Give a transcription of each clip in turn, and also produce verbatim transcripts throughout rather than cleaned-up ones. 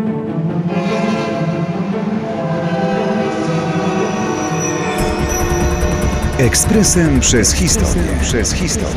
Ekspresem przez historię. Przez historię.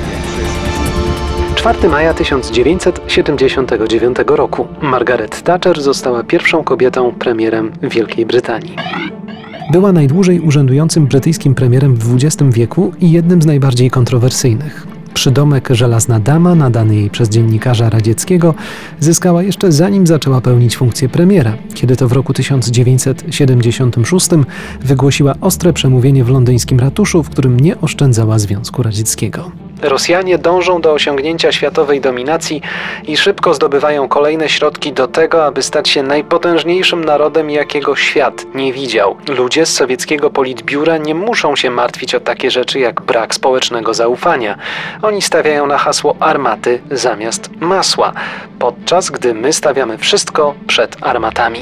czwartego maja tysiąc dziewięćset siedemdziesiątego dziewiątego roku Margaret Thatcher została pierwszą kobietą premierem Wielkiej Brytanii. Była najdłużej urzędującym brytyjskim premierem w dwudziestym wieku i jednym z najbardziej kontrowersyjnych. Przydomek Żelazna Dama, nadany jej przez dziennikarza radzieckiego, zyskała jeszcze zanim zaczęła pełnić funkcję premiera, kiedy to w roku tysiąc dziewięćset siedemdziesiątym szóstym wygłosiła ostre przemówienie w londyńskim ratuszu, w którym nie oszczędzała Związku Radzieckiego. Rosjanie dążą do osiągnięcia światowej dominacji i szybko zdobywają kolejne środki do tego, aby stać się najpotężniejszym narodem, jakiego świat nie widział. Ludzie z sowieckiego politbiura nie muszą się martwić o takie rzeczy jak brak społecznego zaufania. Oni stawiają na hasło armaty zamiast masła, podczas gdy my stawiamy wszystko przed armatami.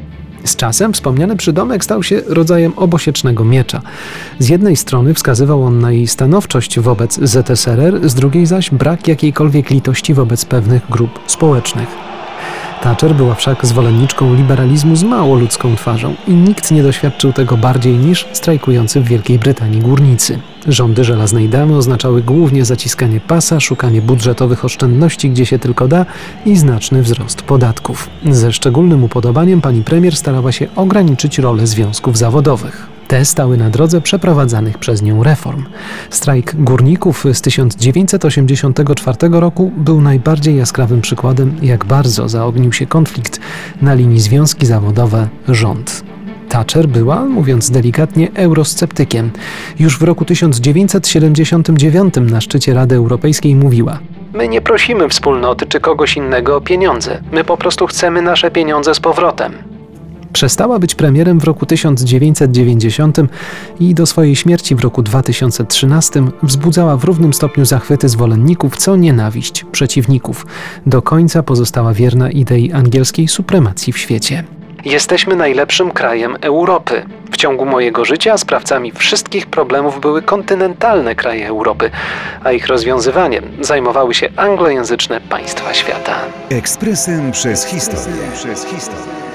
Z czasem wspomniany przydomek stał się rodzajem obosiecznego miecza. Z jednej strony wskazywał on na jej stanowczość wobec Z S R R, z drugiej zaś brak jakiejkolwiek litości wobec pewnych grup społecznych. Thatcher była wszak zwolenniczką liberalizmu z mało ludzką twarzą i nikt nie doświadczył tego bardziej niż strajkujący w Wielkiej Brytanii górnicy. Rządy Żelaznej Damy oznaczały głównie zaciskanie pasa, szukanie budżetowych oszczędności gdzie się tylko da i znaczny wzrost podatków. Ze szczególnym upodobaniem pani premier starała się ograniczyć rolę związków zawodowych. Te stały na drodze przeprowadzanych przez nią reform. Strajk górników z tysiąc dziewięćset osiemdziesiątego czwartego roku był najbardziej jaskrawym przykładem, jak bardzo zaognił się konflikt na linii związki zawodowe-rząd. Thatcher była, mówiąc delikatnie, eurosceptykiem. Już w roku tysiąc dziewięćset siedemdziesiątym dziewiątym na szczycie Rady Europejskiej mówiła: my nie prosimy wspólnoty czy kogoś innego o pieniądze. My po prostu chcemy nasze pieniądze z powrotem. Przestała być premierem w roku tysiąc dziewięćset dziewięćdziesiątym i do swojej śmierci w roku dwa tysiące trzynastym wzbudzała w równym stopniu zachwyty zwolenników, co nienawiść przeciwników. Do końca pozostała wierna idei angielskiej supremacji w świecie. Jesteśmy najlepszym krajem Europy. W ciągu mojego życia sprawcami wszystkich problemów były kontynentalne kraje Europy, a ich rozwiązywaniem zajmowały się anglojęzyczne państwa świata. Ekspresem przez historię. Przez historię.